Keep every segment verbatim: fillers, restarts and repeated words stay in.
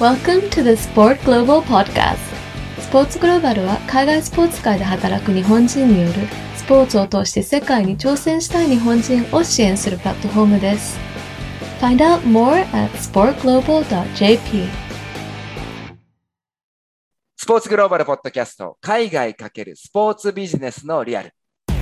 Welcome to the Sport Global Podcast. スポーツグローバルは海外スポーツ界で働く日本人によるスポーツを通して世界に挑戦したい日本人を支援するプラットフォームです。Find out more atスポーツグローバルドットジェーピー。 スポーツグローバルポッドキャスト、海外×スポーツビジネスのリアル。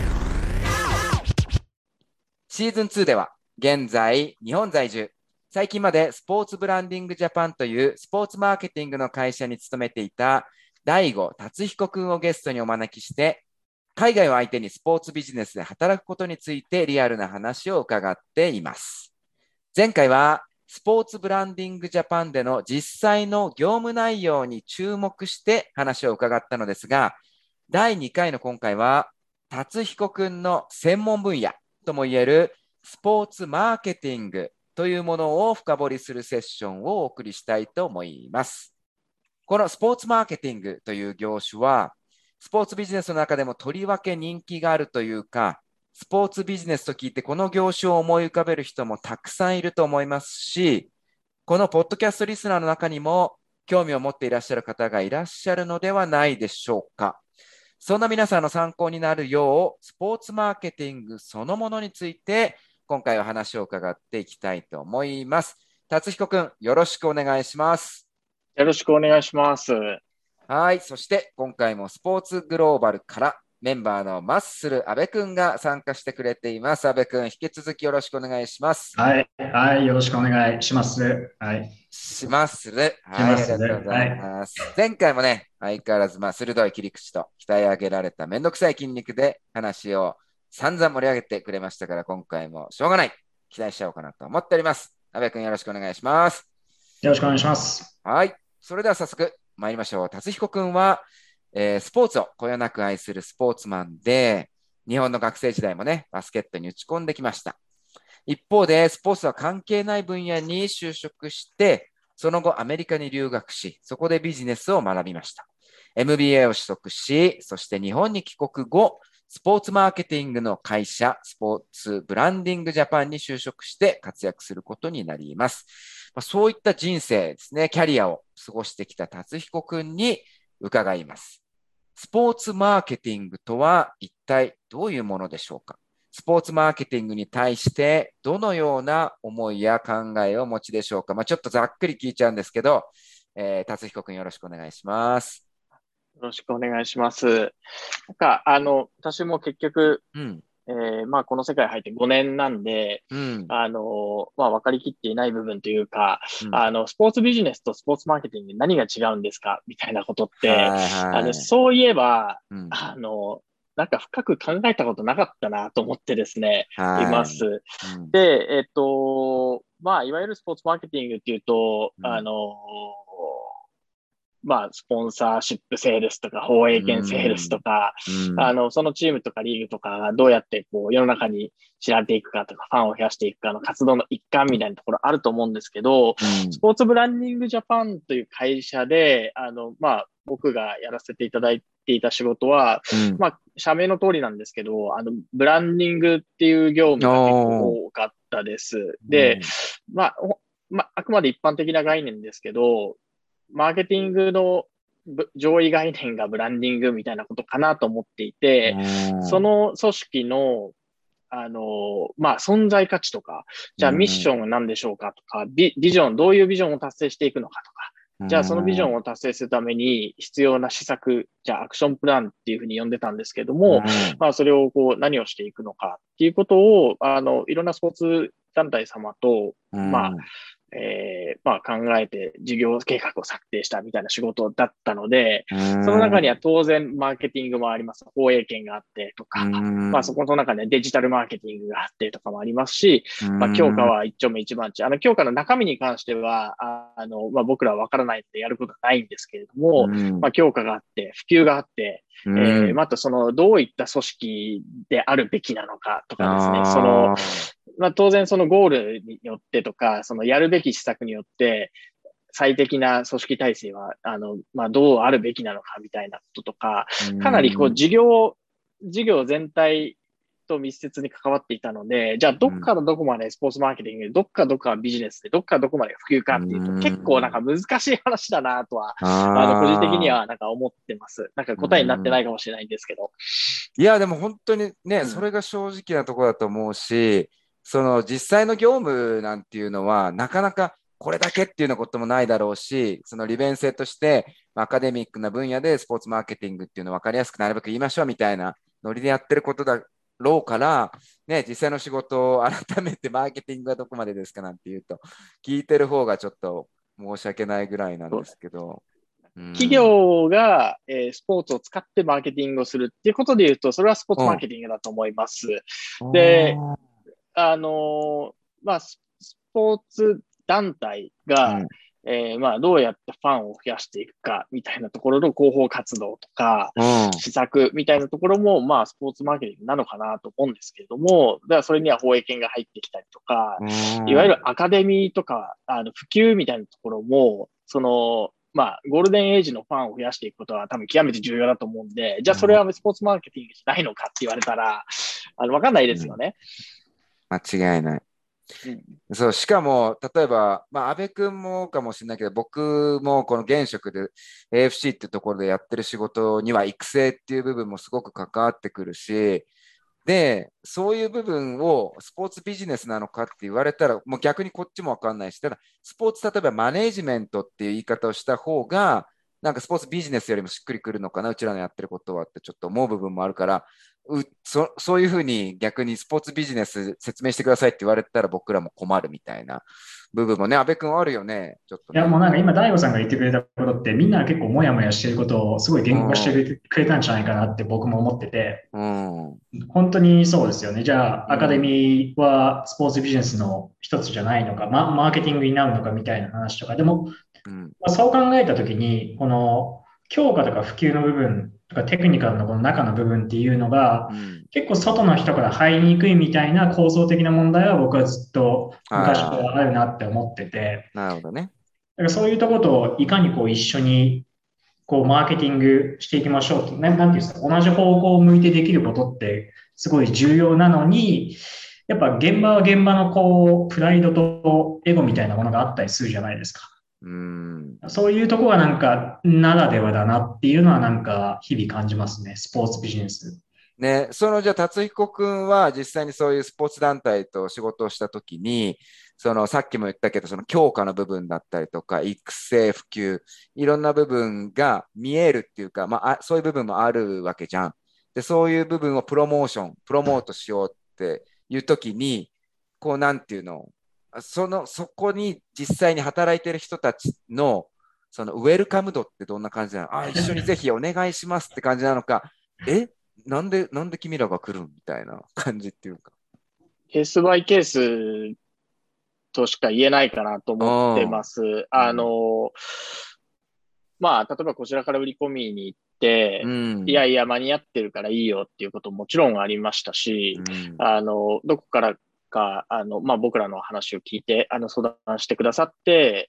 シーズンツーでは、現在、日本在住、最近までスポーツブランディングジャパンというスポーツマーケティングの会社に勤めていた大吾達彦くんをゲストにお招きして、海外を相手にスポーツビジネスで働くことについてリアルな話を伺っています。前回はスポーツブランディングジャパンでの実際の業務内容に注目して話を伺ったのですが、だいにかいの今回は達彦くんの専門分野ともいえるスポーツマーケティングというものを深掘りするセッションをお送りしたいと思います。このスポーツマーケティングという業種は、スポーツビジネスの中でもとりわけ人気があるというか、スポーツビジネスと聞いてこの業種を思い浮かべる人もたくさんいると思いますし、このポッドキャストリスナーの中にも興味を持っていらっしゃる方がいらっしゃるのではないでしょうか。そんな皆さんの参考になるよう、スポーツマーケティングそのものについて今回は話を伺っていきたいと思います。達彦くん、よろしくお願いします。 よろしくお願いします。 はい。そして今回もスポーツグローバルからメンバーのマッスル阿部くんが参加してくれています。阿部くん、引き続きよろしくお願いします。 はい。はい。よろしくお願いします。はい。 しまする。はい。 しまするありがとうございます。はい、前回もね、相変わらず、まあ、鋭い切り口と鍛え上げられためんどくさい筋肉で話を散々盛り上げてくれましたから、今回もしょうがない。期待しちゃおうかなと思っております。阿部くん、よろしくお願いします。 よろしくお願いします。 はい。それでは早速参りましょう。達彦くんは、えー、スポーツをこよなく愛するスポーツマンで、日本の学生時代もね、バスケットに打ち込んできました。一方で、スポーツは関係ない分野に就職して、その後アメリカに留学し、そこでビジネスを学びました。エムビーエー を取得し、そして日本に帰国後、スポーツマーケティングの会社、スポーツブランディングジャパンに就職して活躍することになります。まあ、そういった人生ですね、キャリアを過ごしてきた達彦くんに伺います。スポーツマーケティングとは一体どういうものでしょうか。スポーツマーケティングに対してどのような思いや考えをお持ちでしょうか。まあ、ちょっとざっくり聞いちゃうんですけど、えー、達彦くんよろしくお願いします。 よろしくお願いします。なんか、あの、私も結局、うんえー、まあ、この世界入ってごねんなんで、うん、あの、まあ、分かりきっていない部分というか、うん、あの、スポーツビジネスとスポーツマーケティング何が違うんですかみたいなことって、はいはい、あのそういえば、うん、あの、なんか深く考えたことなかったなと思ってですね、はい、います。うん、で、えっと、まあ、いわゆるスポーツマーケティングっていうと、うん、あの、まあ、スポンサーシップセールスとか、放映権セールスとか、うん、あの、そのチームとかリーグとかがどうやってこう世の中に知られていくかとか、ファンを増やしていくかの活動の一環みたいなところあると思うんですけど、うん、スポーツブランディングジャパンという会社で、あの、まあ、僕がやらせていただいていた仕事は、うん、まあ、社名の通りなんですけど、あの、ブランディングっていう業務が結構多かったです。で、まあ、まあ、あくまで一般的な概念ですけど、マーケティングの上位概念がブランディングみたいなことかなと思っていて、その組織の、あの、まあ、存在価値とか、じゃあミッションは何でしょうかとか、ビジョン、どういうビジョンを達成していくのかとか、じゃあそのビジョンを達成するために必要な施策、じゃあアクションプランっていうふうに呼んでたんですけども、まあ、それをこう何をしていくのかっていうことを、あの、いろんなスポーツ団体様と、まあ、えー、まあ考えて事業計画を策定したみたいな仕事だったので、その中には当然マーケティングもあります。放映権があってとか、まあそこの中でデジタルマーケティングがあってとかもありますし、まあ強化は一丁目一番地。あの強化の中身に関しては、あの、まあ僕らは分からないのでやることはないんですけれども、まあ強化があって、普及があって、えー、またそのどういった組織であるべきなのかとかですね、その、まあ当然そのゴールによってとか、そのやるべき施策によって、最適な組織体制は、あの、まあどうあるべきなのかみたいなこととか、かなりこう事業、事業全体と密接に関わっていたので、じゃあどっからどこまでスポーツマーケティングで、どっからどこからビジネスで、どっからどこまで普及かっていうと、結構なんか難しい話だなとは、あの、個人的にはなんか思ってます。なんか答えになってないかもしれないんですけど。 いや、でも本当にね、それが正直なところだと思うし、その実際の業務なんていうのは、なかなかこれだけっていうようなこともないだろうし、その利便性として、アカデミックな分野でスポーツマーケティングっていうのを分かりやすくなるべく言いましょうみたいなノリでやってることだろうから、ね、実際の仕事を改めてマーケティングはどこまでですかなんていうと、聞いてる方がちょっと申し訳ないぐらいなんですけど。 企業が、えー、スポーツを使ってマーケティングをするっていうことで言うと、それはスポーツマーケティングだと思います。で、あのー、まあ、スポーツ団体が、うんえー、まあ、どうやってファンを増やしていくかみたいなところの広報活動とか、うん、施策みたいなところも、まあ、スポーツマーケティングなのかなと思うんですけれども、だからそれには放映権が入ってきたりとか、うん、いわゆるアカデミーとか、あの普及みたいなところも、その、まあ、ゴールデンエイジのファンを増やしていくことは多分極めて重要だと思うんで、じゃあそれはスポーツマーケティングじゃないのかって言われたら、あの、わかんないですよね。 うん、間違いない。うん、そう、しかも、例えば、まあ、安倍君もかもしれないけど、僕もこの現職で エーエフシー っていうところでやってる仕事には育成っていう部分もすごく関わってくるし、で、そういう部分をスポーツビジネスなのかって言われたら、もう逆にこっちもわかんないし、ただ、スポーツ、例えばマネージメントっていう言い方をした方が、なんかスポーツビジネスよりもしっくりくるのかな、うちらのやってることはってちょっと思う部分もあるから、うそそういうふうに逆にスポーツビジネス説明してくださいって言われたら僕らも困るみたいな部分もね、安倍君あるよね、ちょっと、ね。 いや、もうなんか今、大悟さんが言ってくれたことって、みんな結構もやもやしてることをすごい言語化してくれたんじゃないかなって僕も思ってて、うん、本当にそうですよね。じゃあ、アカデミーはスポーツビジネスの一つじゃないのか、ま、マーケティングになるのかみたいな話とか、でも、うんまあ、そう考えたときに、この強化とか普及の部分とかテクニカルのこの中の部分っていうのが、うん、結構外の人から入りにくいみたいな構造的な問題は僕はずっと昔からあるなって思ってて、 なるほどね。 だからそういうところといかにこう一緒にこうマーケティングしていきましょうと、ね、なんていうんですか、同じ方向を向いてできることってすごい重要なのに、やっぱ現場は現場のこうプライドとエゴみたいなものがあったりするじゃないですか。うんそういうところがなんかならではだなっていうのはなんか日々感じますね、スポーツビジネス。 ね、そのじゃあ達彦君は実際にそういうスポーツ団体と仕事をしたときに、そのさっきも言ったけど、その強化の部分だったりとか、育成、普及、いろんな部分が見えるっていうか、まあ、そういう部分もあるわけじゃん。で、そういう部分をプロモーション、プロモートしようっていうときに、こうなんていうの、その、そこに実際に働いてる人たちの、そのウェルカム度ってどんな感じなの？あ、一緒にぜひお願いしますって感じなのか、えなんで、なんで君らが来るみたいな感じっていうか。 ケースバイケースとしか言えないかなと思ってます。あの、まあ、例えばこちらから売り込みに行って、うん、いやいや間に合ってるからいいよっていうことももちろんありましたし、うん、あの、どこからか、あの、まあ、僕らの話を聞いて、あの、相談してくださって、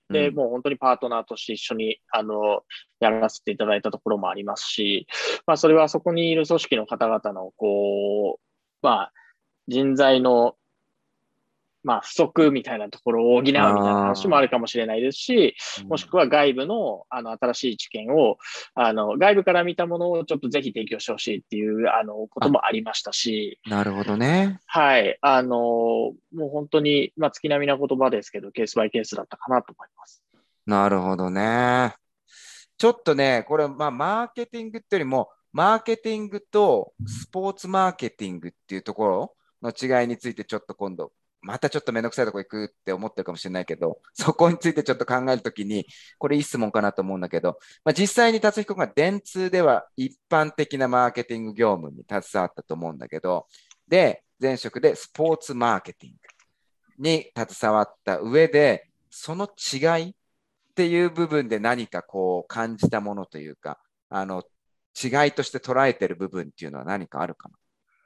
で、もう本当にパートナーとして一緒に、あの、やらせていただいたところもありますし、まあ、それはそこにいる組織の方々の、こう、まあ、人材の、まあ、不足みたいなところを補うみたいな話もあるかもしれないですし、もしくは外部の、あの、新しい知見を、あの、外部から見たものをちょっとぜひ提供してほしいっていう、あの、こともありましたし。 なるほどね。 はい。あの、もう本当に、まあ、月並みな言葉ですけど、ケースバイケースだったかなと思います。 なるほどね。ちょっとね、これ、まあ、マーケティングってよりも、マーケティングとスポーツマーケティングっていうところの違いについてちょっと今度、またちょっとめんどくさいとこ行くって思ってるかもしれないけど、そこについてちょっと考えるときに、これいい質問かなと思うんだけど、まあ、実際に達彦が電通では一般的なマーケティング業務に携わったと思うんだけど、で、前職でスポーツマーケティングに携わった上で、その違いっていう部分で何かこう感じたものというか、あの、違いとして捉えてる部分っていうのは何かあるかな？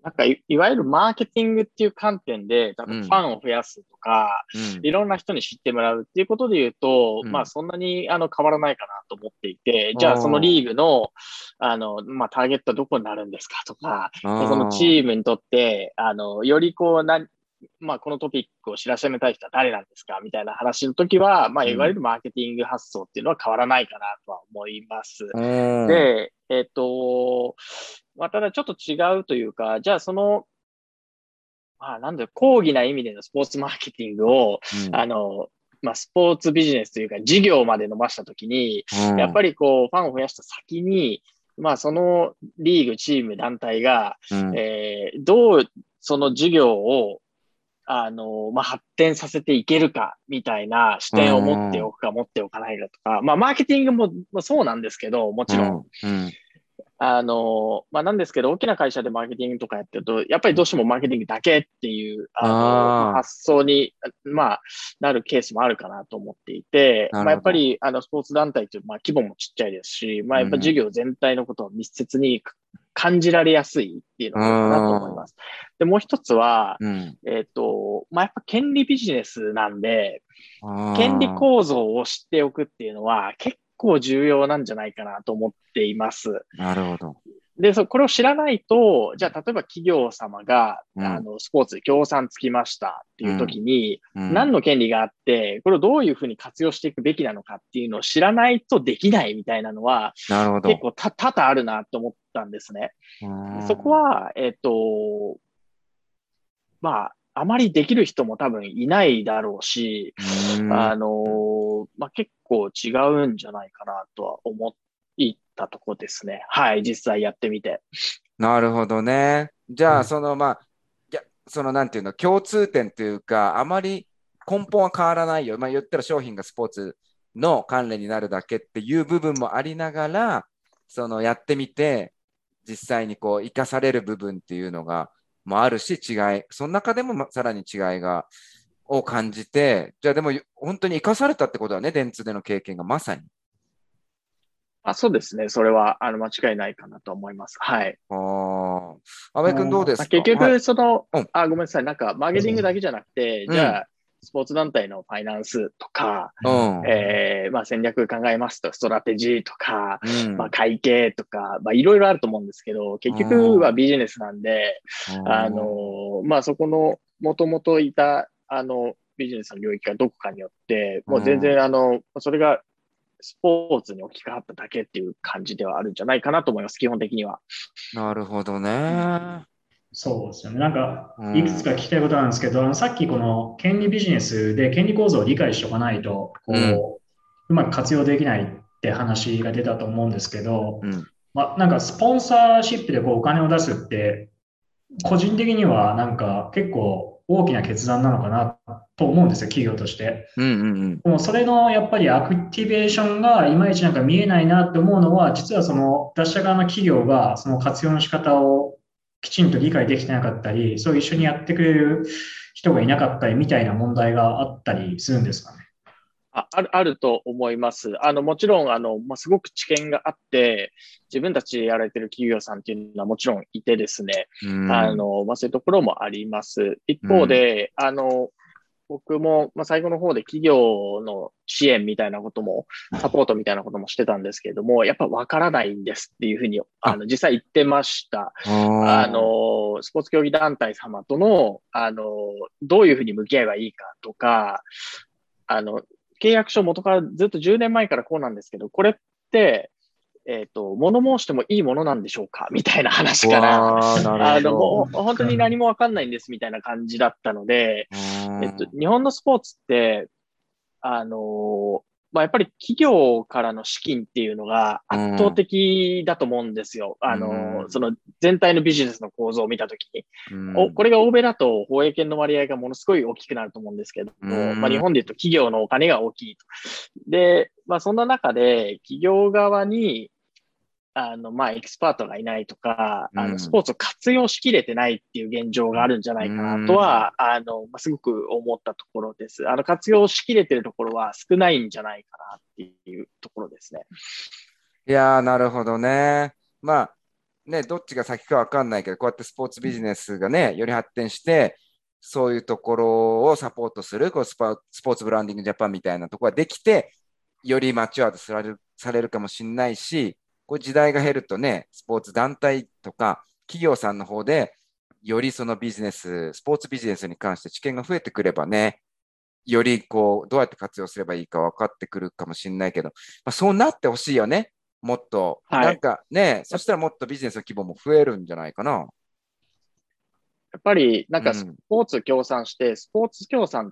なんかい、いわゆるマーケティングっていう観点で、例えばファンを増やすとか、うん、いろんな人に知ってもらうっていうことで言うと、うん、まあそんなにあの変わらないかなと思っていて、じゃあそのリーグの、あの、まあターゲットはどこになるんですかとか、そのチームにとって、あの、よりこうな、まあこのトピックを知らしめたい人は誰なんですかみたいな話の時は、まあいわゆるマーケティング発想っていうのは変わらないかなとは思います。うん、で、えっと、まあ、ただちょっと違うというか、じゃあその、まあ、なんだろう、講義な意味でのスポーツマーケティングを、うん、あの、まあ、スポーツビジネスというか、事業まで伸ばしたときに、うん、やっぱりこう、ファンを増やした先に、まあ、そのリーグ、チーム、団体が、うん、えー、どうその事業を、あの、まあ、発展させていけるか、みたいな視点を持っておくか、持っておかないかとか、まあ、マーケティングも、まあ、そうなんですけど、もちろん。うんうんあの、まあ、なんですけど、大きな会社でマーケティングとかやってると、やっぱりどうしてもマーケティングだけっていう、あの、まあ、発想に、まあ、なるケースもあるかなと思っていて、まあ、やっぱり、あの、スポーツ団体という、まあ、規模もちっちゃいですし、まあ、やっぱ事業全体のことを密接に感じられやすいっていうのがあるかなと思います。で、もう一つは、うん、えっと、まあ、やっぱ権利ビジネスなんで、権利構造を知っておくっていうのは結構重要なんじゃないかなと思っています。 なるほど。 で、そ、これを知らないと、じゃあ、例えば企業様が、うん、あの、スポーツで協賛つきましたっていう時に、うんうん、何の権利があって、これをどういうふうに活用していくべきなのかっていうのを知らないとできないみたいなのは、 なるほど。 結構た、多々あるなと思ったんですね。そこは、えっと、まあ、あまりできる人も多分いないだろうし、あの、まあ、結構違うんじゃないかなとは思ったところですね。はい、実際やってみて。 なるほどね。じゃあ、その、まあ、いや、その、なんていうの、共通点というか、あまり根本は変わらないよ。まあ、言ったら商品がスポーツの関連になるだけっていう部分もありながら、その、やってみて、実際にこう、生かされる部分っていうのが、もあるし、違い、その中でもさらに違いが、を感じて、じゃあでも本当に生かされたってことはね、電通での経験がまさに。 あ、そうですね。それは、あの、間違いないかなと思います。はい。 ああ。阿部君どうですか？ 結局、その、 はい、 あ、ごめんなさい。なんか、マーケティングだけじゃなくて、うん、じゃあ、スポーツ団体のファイナンスとか、うん、えー、まあ戦略考えますと、ストラテジーとか、うん、まあ会計とか、まあいろいろあると思うんですけど、結局はビジネスなんで、うん、あの、まあそこの、もともといた、あの、ビジネスの領域がどこかによって、もう全然、あの、それがスポーツに置き換わっただけっていう感じではあるんじゃないかなと思います、基本的には。 なるほどね。 そうですよね。なんか、いくつか聞きたいことなんですけど、うん、あのさっきこの権利ビジネスで権利構造を理解しておかないと、こう、うん、うまく活用できないって話が出たと思うんですけど、うん、まあ、なんかスポンサーシップでこうお金を出すって、個人的にはなんか結構大きな決断なのかなと思うんですよ、企業として。うんうんうん、でもそれのやっぱりアクティベーションがいまいちなんか見えないなって思うのは、実はその出した側の企業がその活用の仕方をきちんと理解できてなかったり、そう一緒にやってくれる人がいなかったりみたいな問題があったりするんですかね。 あある、あると思います。あの、もちろん、あの、まあ、すごく知見があって、自分たちでやられてる企業さんっていうのはもちろんいてですね、あの、まあ、そういうところもあります。一方で、あの、僕も、まあ、最後の方で企業の支援みたいなことも、サポートみたいなこともしてたんですけれども、やっぱわからないんですっていうふうに、あの、実際言ってました。あの、スポーツ競技団体様との、あの、どういうふうに向き合えばいいかとか、あの、契約書元からずっとじゅうねんまえからこうなんですけど、これって、えっと、物申してもいいものなんでしょうかみたいな話から、あの、もう本当に何もわかんないんですみたいな感じだったので、えっと、日本のスポーツって、あの、まあ、やっぱり企業からの資金っていうのが圧倒的だと思うんですよ。あの、その全体のビジネスの構造を見たときに。お、これが欧米だと放映権の割合がものすごい大きくなると思うんですけど、まあ、日本で言うと企業のお金が大きいと。で、まあ、そんな中で企業側にあの、まあ、エキスパートがいないとか、あの、スポーツを活用しきれてないっていう現状があるんじゃないかなとは、あの、まあ、すごく思ったところです。あの、活用しきれてるところは少ないんじゃないかなっていうところですね。 いやー、なるほどね。まあ、 ね、どっちが先かわかんないけど、こうやってスポーツビジネスがね、より発展して、そういうところをサポートする、こうスパスポーツブランディングジャパンみたいなところができて、よりマチュアードされる、されるかもしれないし、こう時代が減るとね、スポーツ団体とか企業さんの方で、よりそのビジネス、スポーツビジネスに関して知見が増えてくればね、よりこう、どうやって活用すればいいか分かってくるかもしれないけど、まあ、そうなってほしいよね。もっと。 はい、 なんかね、そしたらもっとビジネスの規模も増えるんじゃないかな。 やっぱり、なんかスポーツ協賛して、うん、スポーツ協賛って、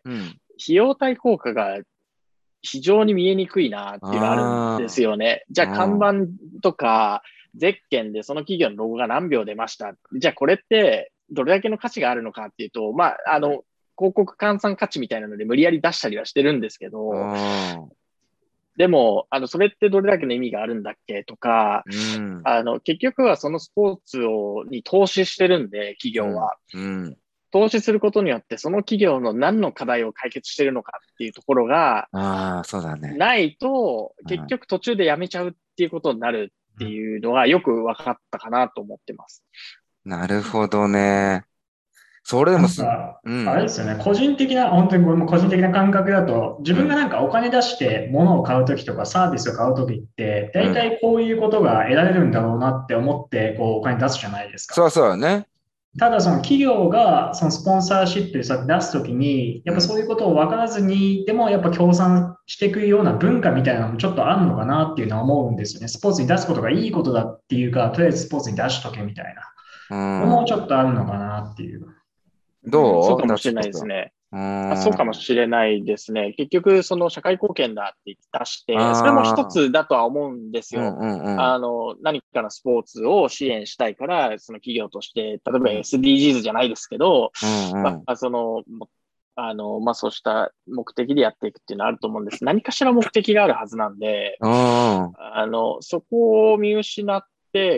費用対効果が非常に見えにくいなっていうのがあるんですよね。じゃあ看板とか、ゼッケンでその企業のロゴが何秒出ました。じゃあこれってどれだけの価値があるのかっていうと、まあ、あの、広告換算価値みたいなので無理やり出したりはしてるんですけど、でも、あの、それってどれだけの意味があるんだっけとか、うん、あの、結局はそのスポーツを、に投資してるんで、企業は、うんうん。投資することによって、その企業の何の課題を解決してるのかっていうところが、 ああ、そうだね。 ないと、結局途中でやめちゃうっていうことになるっていうのがよく分かったかなと思ってます。 なるほどね。それでもす、 うん、あれですよね、個人的な、本当に個人的な感覚だと、自分がなんかお金出して物を買うときとかサービスを買うときって、大体こういうことが得られるんだろうなって思って、こうお金出すじゃないですか。 そうそうね。 ただその企業がそのスポンサーシップで出すときに、やっぱそういうことを分からずに、でもやっぱ協賛していくような文化みたいなのもちょっとあるのかなっていうのは思うんですよね。スポーツに出すことがいいことだっていうか、とりあえずスポーツに出しとけみたいな。もうちょっとあるのかなっていう。 どう、 うん、そうかもしれないですね。あそうかもしれないですね。結局、その社会貢献だって出して、それも一つだとは思うんですよ。うんうんうん、あの、何かのスポーツを支援したいから、その企業として、例えば エスディージーズ じゃないですけど、うんうん、まあ、その、あの、まあ、そうした目的でやっていくっていうのはあると思うんです。何かしら目的があるはずなんで、うん、あの、そこを見失って、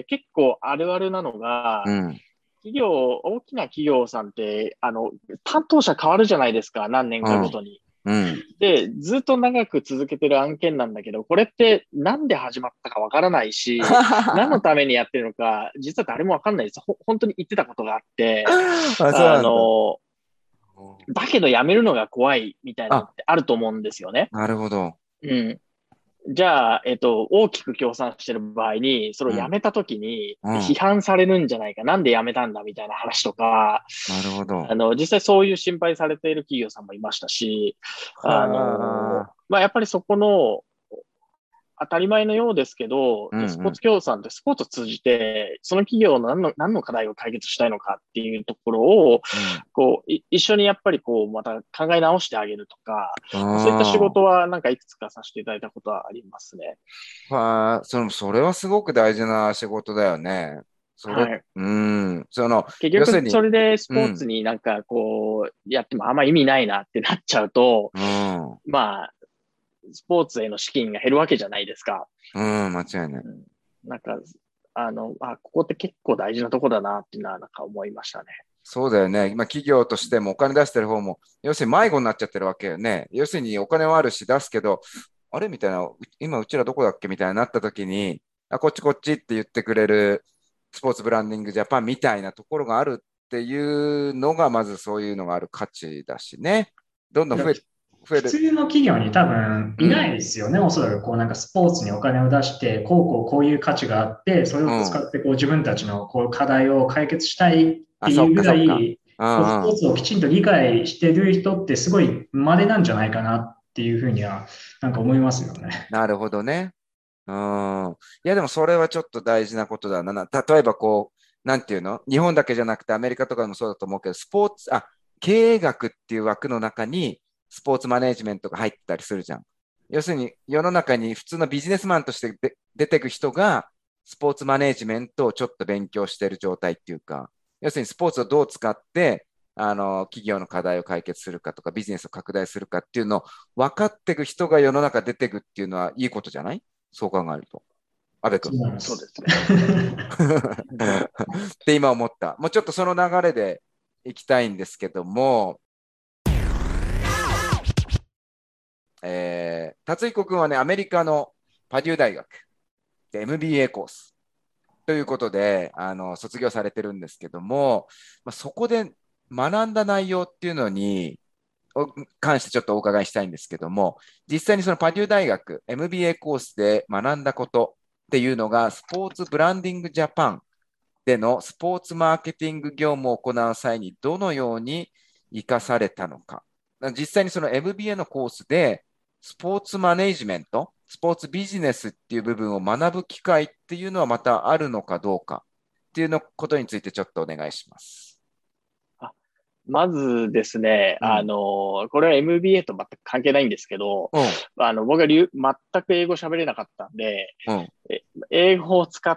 結構あるあるなのが、うん企業、大きな企業さんって、あの、担当者変わるじゃないですか、何年かごとに。うんうん、で、ずっと長く続けてる案件なんだけど、これってなんで始まったかわからないし、何のためにやってるのか、実は誰もわかんないです。ほ本当に言ってたことがあって、あ, あの、だけどやめるのが怖いみたいなのってあると思うんですよね。 なるほど。 うん。じゃあ、えっと、大きく協賛してる場合に、それをやめたときに、批判されるんじゃないか、うん、なんでやめたんだみたいな話とか、 なるほど。 あの、実際そういう心配されている企業さんもいましたし、あの、まあ、やっぱりそこの、当たり前のようですけど、うんうん、スポーツ協賛ってスポーツを通じて、その企業の何の何の課題を解決したいのかっていうところを、うん、こう、一緒にやっぱりこう、また考え直してあげるとか、そういった仕事はなんかいくつかさせていただいたことはありますね。 はあ、その、それはすごく大事な仕事だよね。それ、はい、うん。その、 結局、それでスポーツになんかこう、やってもあんま意味ないなってなっちゃうと、うん、まあ、スポーツへの資金が減るわけじゃないですか。 うん、間違いない。 なんか、あの、あ、ここって結構大事なとこだなっていうのはなんか思いましたね。 そうだよね。今、企業としてもお金出してる方も、要するに迷子になっちゃってるわけよね。要するにお金はあるし出すけど、あれみたいな、今うちらどこだっけみたいになった時に、あ、こっちこっちって言ってくれるスポーツブランディングジャパンみたいなところがあるっていうのが、まずそういうのがある価値だしね。どんどん増えて、 普通の企業に多分いないですよね、うん、おそらくこうなんかスポーツにお金を出して、こうこうこういう価値があって、それを使ってこう自分たちのこう課題を解決したいっていうぐらい、スポーツをきちんと理解してる人ってすごい稀なんじゃないかなっていうふうにはなんか思いますよね。 なるほどね。うん。いやでもそれはちょっと大事なことだな。例えばこう、なんていうの？日本だけじゃなくてアメリカとかでもそうだと思うけど、スポーツ、あ、経営学っていう枠の中に、スポーツマネージメントが入ってたりするじゃん。要するに世の中に普通のビジネスマンとしてで出てく人がスポーツマネージメントをちょっと勉強している状態っていうか、要するにスポーツをどう使ってあの企業の課題を解決するかとかビジネスを拡大するかっていうのを分かっていく人が世の中出てくっていうのはいいことじゃない？そう考えると。阿部君。 そうですね。 って今思った。もうちょっとその流れでいきたいんですけども、えー、達彦君はね、アメリカのパデュー大学で エムビーエー コースということで、あの、卒業されてるんですけども、まあ、そこで学んだ内容っていうのに、関してちょっとお伺いしたいんですけども、実際にそのパデュー大学 エムビーエー コースで学んだことっていうのが、スポーツブランディングジャパンでのスポーツマーケティング業務を行う際にどのように生かされたのか。実際にその エムビーエー のコースでスポーツマネージメント、スポーツビジネスっていう部分を学ぶ機会っていうのはまたあるのかどうかっていうのことについてちょっとお願いします。 まずですね、うん、あの、これは エムビーエー と全く関係ないんですけど、うん、あの、僕は全く英語喋れなかったんで、うん、英語を使って、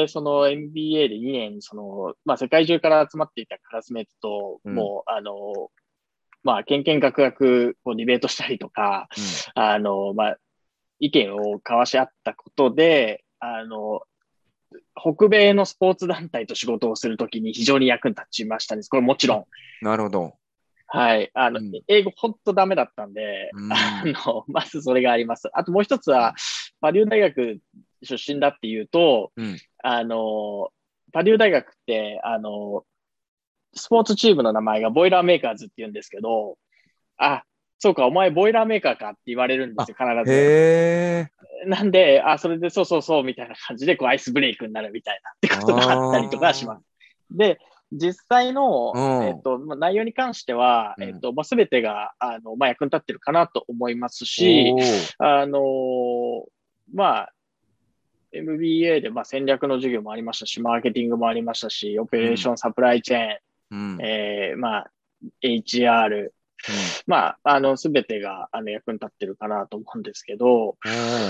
その エムビーエー でにねん、その、まあ、世界中から集まっていたクラスメイトと、うん、もう、あの、まあ、けんけんがくがく、こう、ディベートしたりとか、うん、あの、まあ、意見を交わし合ったことで、あの、北米のスポーツ団体と仕事をするときに非常に役に立ちましたね。これもちろん。 なるほど。 はい。あの、うん、英語ほんとダメだったんで、うん、あの、まずそれがあります。あともう一つは、パデュー大学出身だっていうと、うん、あの、パデュー大学って、あの、スポーツチームの名前がボイラーメーカーズって言うんですけど、あ、そうか、お前ボイラーメーカーかって言われるんですよ、必ず。 へー。 なんで、あ、それでそうそうそうみたいな感じで、こうアイスブレイクになるみたいなってことがあったりとかします。で、実際の、えっと、内容に関しては、うん、えっと、まあ、すべてが、あの、まあ、役に立ってるかなと思いますし、あの、まあ、エムビーエー で、まあ、戦略の授業もありましたし、マーケティングもありましたし、オペレーション、サプライチェーン、うん、えー、まあ、エイチアール、うん、まあ、あの、すべてが、あの、役に立ってるかなと思うんですけど、うん、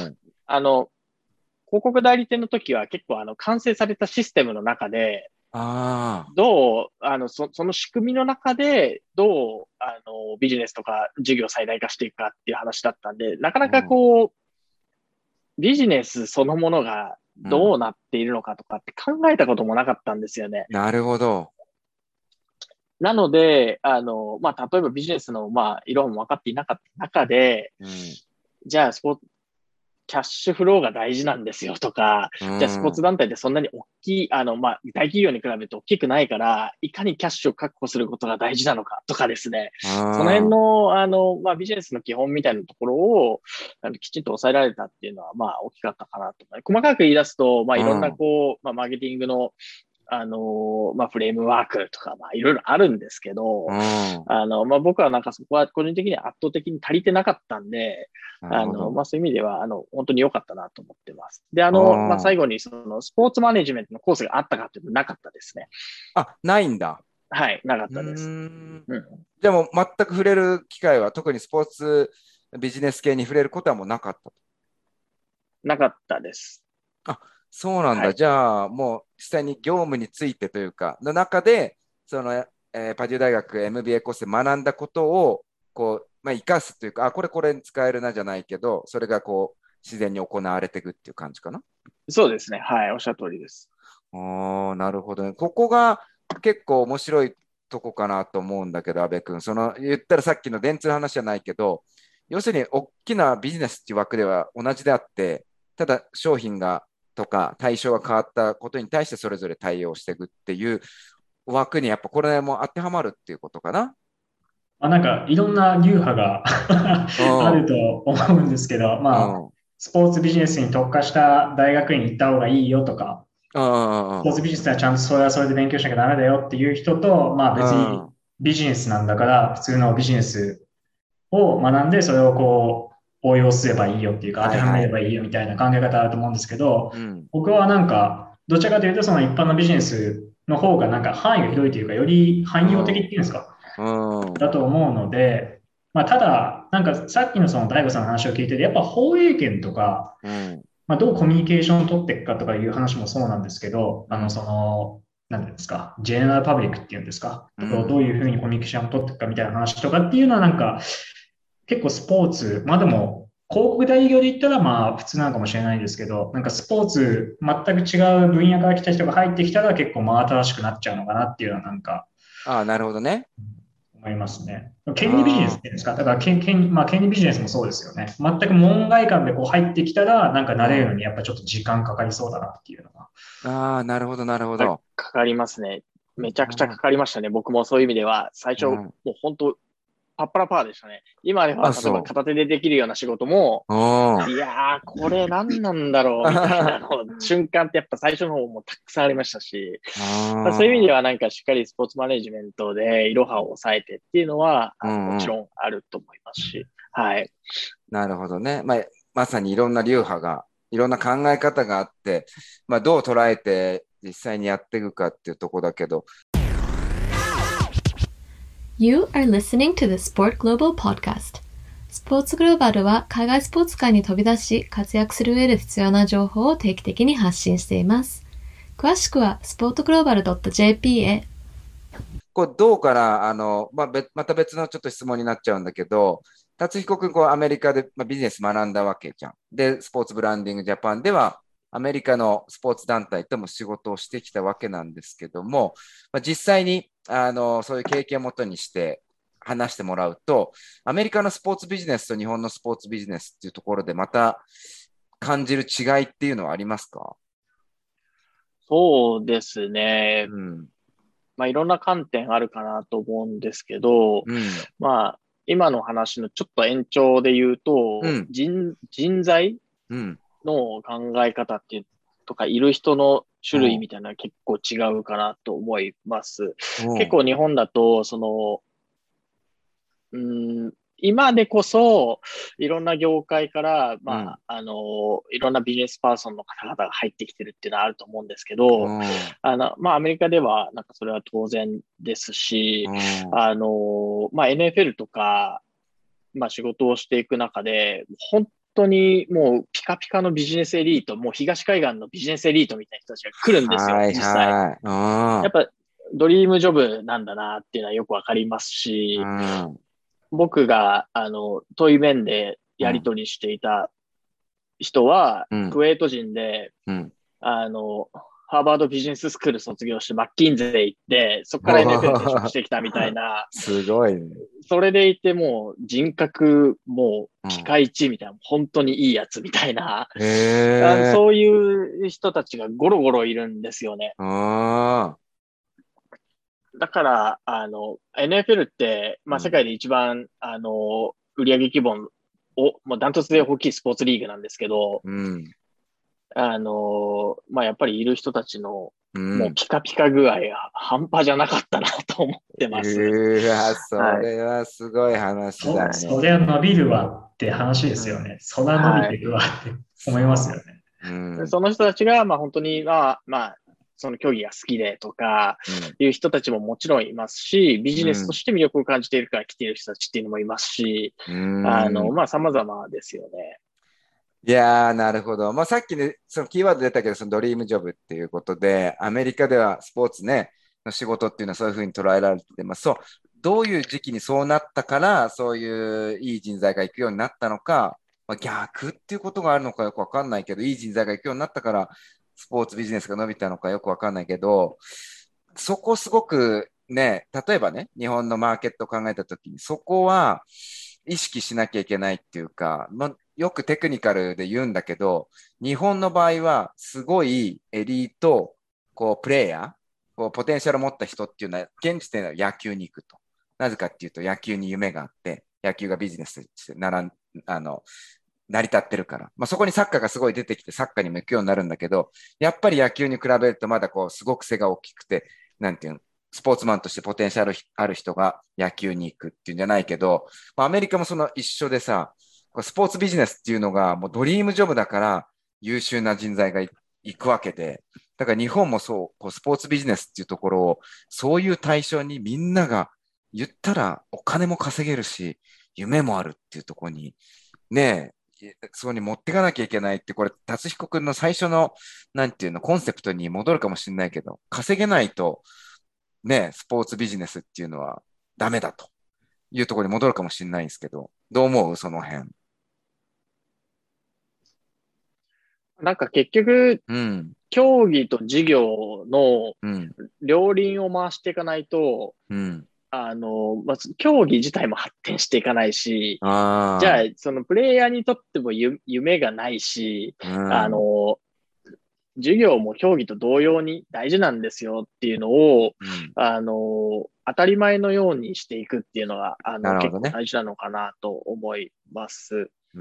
あの、広告代理店の時は結構、あの、完成されたシステムの中で、 あどう、あの、そ、その仕組みの中で、どう、あの、ビジネスとか事業を最大化していくかっていう話だったんで、なかなかこう、うん、ビジネスそのものがどうなっているのかとかって考えたこともなかったんですよね。 うん、なるほど。 なので、あの、まあ、例えばビジネスの、まあ、色も分かっていなかった中で、うん、じゃあ、スポーツ、キャッシュフローが大事なんですよとか、うん、じゃあ、スポーツ団体ってそんなに大きい、あの、まあ、大企業に比べて大きくないから、いかにキャッシュを確保することが大事なのかとかですね、その辺の、あの、まあ、ビジネスの基本みたいなところを、あのきちんと抑えられたっていうのは、まあ、大きかったかなと。細かく言い出すと、まあ、いろんな、こう、まあ、マーケティングの、あの、まあ、フレームワークとか、まあ、いろいろあるんですけど、うん、あの、まあ、僕はなんかそこは個人的には圧倒的に足りてなかったんで、あの、まあ、そういう意味では、あの、本当に良かったなと思ってます。で、あの、まあ、最後に、その、スポーツマネジメントのコースがあったかっていうとなかったですね。 あ、ないんだ。 はい、なかったです。 うんうん、でも、全く触れる機会は、特にスポーツビジネス系に触れることはもうなかったと。 なかったです。 あ、そうなんだ。はい、じゃあ、もう実際に業務についてというか、の中で、その、えー、パデュー大学 エムビーエー コースで学んだことを、こう、まあ、生かすというか、あ、これこれに使えるなじゃないけど、それがこう、自然に行われていくっていう感じかな。 そうですね。はい。おっしゃる通りです。 ああ、なるほどね。ここが結構面白いとこかなと思うんだけど、阿部君。その、言ったらさっきの電通の話じゃないけど、要するに大きなビジネスっていう枠では同じであって、ただ商品がとか対象が変わったことに対してそれぞれ対応していくっていう枠にやっぱこれも当てはまるっていうことかな。 あ、なんかいろんな流派があると思うんですけど、まあ、スポーツビジネスに特化した大学院に行った方がいいよとか、スポーツビジネスはちゃんとそれはそれで勉強しなきゃダメだよっていう人と、まあ別にビジネスなんだから普通のビジネスを学んでそれをこう応用すればいいよっていうか当てはめればいいよみたいな考え方あると思うんですけど、はいはい、僕はなんかどちらかというとその一般のビジネスの方がなんか範囲が広いというかより汎用的っていうんですか、うん、だと思うので、まあ、ただなんかさっきのその大悟さんの話を聞いててやっぱ放映権とか、うんまあ、どうコミュニケーションを取っていくかとかいう話もそうなんですけど、あのそのなんていうんですか、ジェネラルパブリックっていうんですか、とかどういうふうにコミュニケーションを取っていくかみたいな話とかっていうのはなんか結構スポーツ、まあでも広告代理業で言ったらまあ普通なのかもしれないですけど、なんかスポーツ全く違う分野から来た人が入ってきたら結構真新しくなっちゃうのかなっていうのはなんか。 ああ、なるほどね。 いますね。権利ビジネスっていうんですか？だから権、権、まあ、権利ビジネスもそうですよね。全く門外観でこう入ってきたら、なんか慣れるのにやっぱちょっと時間かかりそうだなっていうのが。 ああ、なるほど、なるほかど。 かかりますね。めちゃくちゃかかりましたね。僕もそういう意味では、最初、もうん、 う本当、パッパラパーでしたね。今では、 あ、 例えばそ片手でできるような仕事も、 う。うん。 いやー、これ何なんだろう、みたいなの瞬間ってやっぱ最初の方もたくさんありましたし、まあ、そういう意味ではなんかしっかりスポーツマネジメントでいろはを抑えてっていうのは、あの、もちうんうん。 ろんあると思いますし、はい。 なるほどね。まあ、まさにいろんな流派が、いろんな考え方があって、まあ、どう捉えて実際にやっていくかっていうところだけど。 You are listening to the Sport Global Podcast. スポーツグローバルは海外スポーツ界に飛び出し活躍する上で必要な情報を定期的に発信しています。詳しくは スポーツグローバルドットジェーピー へ。 これどうかな、あの、まあ、べまた別のちょっと質問になっちゃうんだけど、達彦君、こうアメリカで、まあ、ビジネス学んだわけじゃん。で、スポーツブランディングジャパンでは、アメリカのスポーツ団体とも仕事をしてきたわけなんですけども、まあ、実際にあのそういう経験をもとにして話してもらうと、アメリカのスポーツビジネスと日本のスポーツビジネスっていうところでまた感じる違いっていうのはありますか？ そうですね。 うん。 まあ、いろんな観点あるかなと思うんですけど、 うん。 まあ、今の話のちょっと延長で言うと、 うん。 人、人材うん。 の考え方っていうとか、いる人の種類おう。 みたいなのは結構違うかなと思います。 おう。 結構日本だと、その、うん、今でこそ、いろんな業界から、 うん。 まあ、あの、いろんなビジネスパーソンの方々が入ってきてるっていうのはあると思うんですけど、 おう。 あの、まあ、アメリカでは、なんかそれは当然ですし、 おう。 あの、まあ、エヌエフエル とか、まあ、仕事をしていく中で、本当にもうピカピカのビジネスエリート、もう東海岸のビジネスエリートみたいな人たちが来るんですよ、 はい実際。 はい。 やっぱ、ドリームジョブなんだなっていうのはよくわかりますし、 うん。うん。 僕が、あの、対面でやりうん。 取りしていた人は、 うん。 クウェート人で、 うん。 あの、ハーバードビジネススクール卒業してマッキンゼー行って、そこから エヌエフエル 転職しおー、 てきたみたいな、 すごいね。 それでいてもう人格もうピうん。 カイチみたいな、本当にいいやつみたいな、 へあのえ。 そういう人たちがゴロゴロいるんですよね。 ああ。 だから、あの、エヌエフエル って、まあ、世うん。 界で一番、あの、売上規模を、もうダントツで大きいスポーツリーグなんですけど、 うん。 あの、まあ、やっぱりいる人たちの、 うもうん。 ピカピカ具合が半端じゃなかったなと思ってます。 うわ、そはい。 れはすごい話だそ、 ね。 そりゃ伸びるわって話でうん。 すよね。そら伸びはい。 ていくわって思いますよそね。 う。うん。 その人たちが、まあ、本当に、まあ、まあ、その競技が好きでとか、 うん。 いう人たちももちろんいますし、ビジネスとうん。 して魅力を感じているから来ている人たちっていうのもいますし、 うあの、 ん。 まあ、様々ですよね。 いやー、なるほど。まあ、さっきね、そのキーワード出たけど、そのドリームジョブっていうことで、アメリカではスポーツね、の仕事っていうのはそういうふうに捉えられてて、まあ、そう、どういう時期にそうなったから、そういういい人材が行くようになったのか、まあ、逆っていうことがあるのかよくわかんないけど、いい人材が行くようになったから、スポーツビジネスが伸びたのかよくわかんないけど、そこすごくね、例えばね、日本のマーケットを考えたときに、そこは意識しなきゃいけないっていうか、まあ、よくテクニカルで言うんだけど、日本の場合はすごいエリート、こう、プレイヤー、こう、ポテンシャルを持った人っていうのは、現時点では野球に行くと。なぜかっていうと、野球に夢があって、野球がビジネスとしてならん、あの、成り立ってるから。まあ、そこにサッカーがすごい出てきて、サッカーにも行くようになるんだけど、やっぱり野球に比べるとまだこう、すごく背が大きくて、なんていうの、スポーツマンとしてポテンシャルある人が野球に行くっていうんじゃないけど、まあ、アメリカもその一緒でさ、スポーツビジネスっていうのがもうドリームジョブだから優秀な人材が行くわけで、だから日本もそう、こうスポーツビジネスっていうところを、そういう対象にみんなが言ったらお金も稼げるし、夢もあるっていうところに、ねえ、そこに持っていかなきゃいけないって、これ、達彦くんの最初の、なんていうの、コンセプトに戻るかもしれないけど、稼げないと、ね、スポーツビジネスっていうのはダメだというところに戻るかもしれないんですけど、どう思うその辺？ なんか結局、 うん、 競技と事業のうん、 両輪を回していかないと、 うん、 あの、まず競技自体も発展していかないし、 あじゃあ、そのプレイヤーにとってもゆ夢がないし、 うん、 あの、授業も競技と同様に大事なんですよっていうのを、 うん、 あの、当たり前のようにしていくっていうのが、あの、結構なるほどね。 大事なのかなと思います。 うん、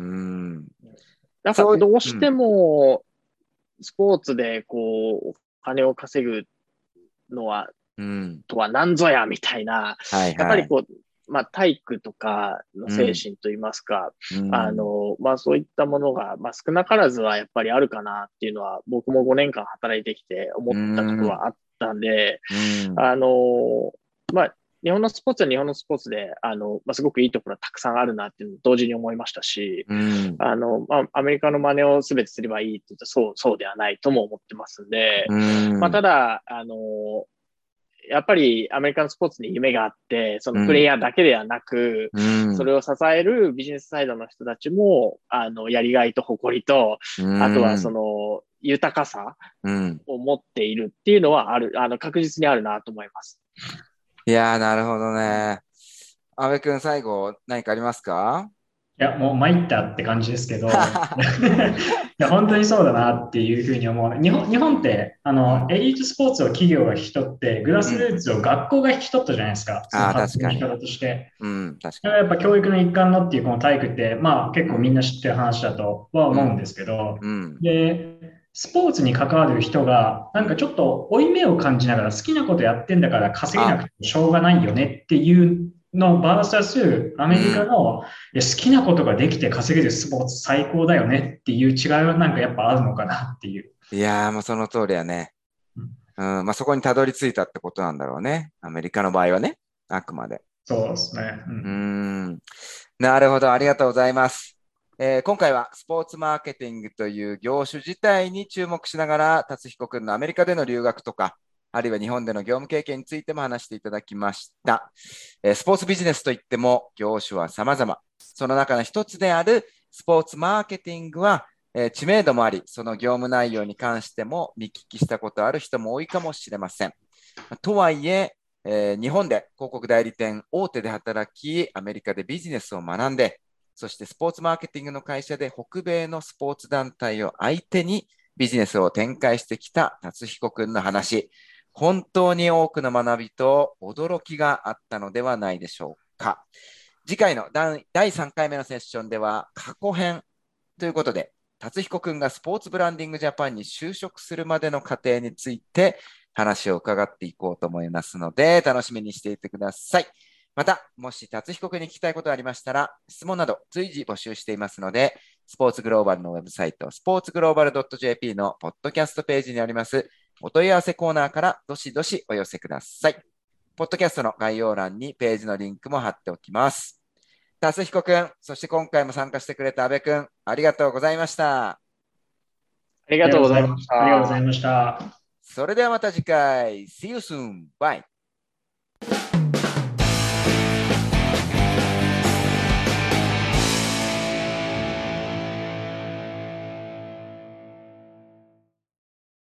なんか、 そう、 どううん、 しても、スポーツで、こう、お金を稼ぐのは、 うん、 とは何ぞや、みたいな、 はいはい。 やっぱりこう、まあ、体育とかのうん、 精神といいますか、 うあん、 の、まあ、そういったものが、まあ、少なからずはやっぱりあるかなっていうのは、僕もごねんかん働いてきて思うったところん、 はあったんで、 うん、 あの、まあ、日本のスポーツは日本のスポーツで、あの、まあ、すごくいいところはたくさんあるなっていうのを同時に思いましたし、 うん、 あの、まあ、アメリカの真似を全てすればいいって言うと、そう、そうではないとも思ってますんで、 うまあ、 ん、 ただ、あの、やっぱりアメリカのスポーツに夢があって、そのプレイうん、 ヤーだけではなく、 うん、 それを支えるビジネスサイドの人たちも、あの、やりがいと誇りと、 うあとはそん、 の、豊かさうん。 を持っているっていうのはある、あの、確実にあるなと思います。 いやー、なるほどね。安部君、最後、何かありますか？ いや、もう参ったって感じですけど、いや、本当にそうだなっていうふうに思う。日本、日本って、あの、 うん、 エリートスポーツを企業が引き取って、グラうん。 スルーツを学校が引き取ったじゃないですか。そのああ、確かに。 発展の仕方として。 うん、確かに。 だからやっぱ教育の一環のっていうこの体育って、まあ結うん、 構みんな知ってる話だとはうん、 思うんですけど、 うん、 で、スポーツに関わる人が、なんかうん。 ちょっと負い目を感じながら好きなことやってんだから稼げなあ、 くてもしょうがないよねっていうのバーサスアメリカうん。 のいや好きなことができて稼げるスポーツ最高だよねっていう違いはなんかやっぱあるのかなっていう。 いやー、もうその通りやね。うん、まあ、そこにたどり着いたってことなんだろうね。アメリカの場合はね。あくまで。 そうですね。ううーん、 ん。なるほど。ありがとうございます。えー今回はスポーツマーケティングという業種自体に注目しながら、達彦君のアメリカでの留学とか、あるいは日本での業務経験についても話していただきました。えースポーツビジネスといっても業種は様々。その中の一つであるスポーツマーケティングは、えー知名度もあり、その業務内容に関しても見聞きしたことある人も多いかもしれません。とはいえ、えー日本で広告代理店大手で働き、アメリカでビジネスを学んで、そしてスポーツマーケティングの会社で北米のスポーツ団体を相手にビジネスを展開してきた達彦くんの話、本当に多くの学びと驚きがあったのではないでしょうか。次回のだいさんかいめのセッションでは過去編ということで、達彦くんがスポーツブランディングジャパンに就職するまでの過程について話を伺っていこうと思いますので、楽しみにしていてください。また、もし達彦くんに聞きたいことがありましたら、質問など随時募集していますので、スポーツグローバルのウェブサイト、スポーツグローバル .jp のポッドキャストページにありますお問い合わせコーナーからどしどしお寄せください。ポッドキャストの概要欄にページのリンクも貼っておきます。達彦くん、そして今回も参加してくれた阿部くん、ありがとうございました。 ありありがとうがとうございましございました。ありがとうございた。 ました。 それではまた次回。See you soon. Bye.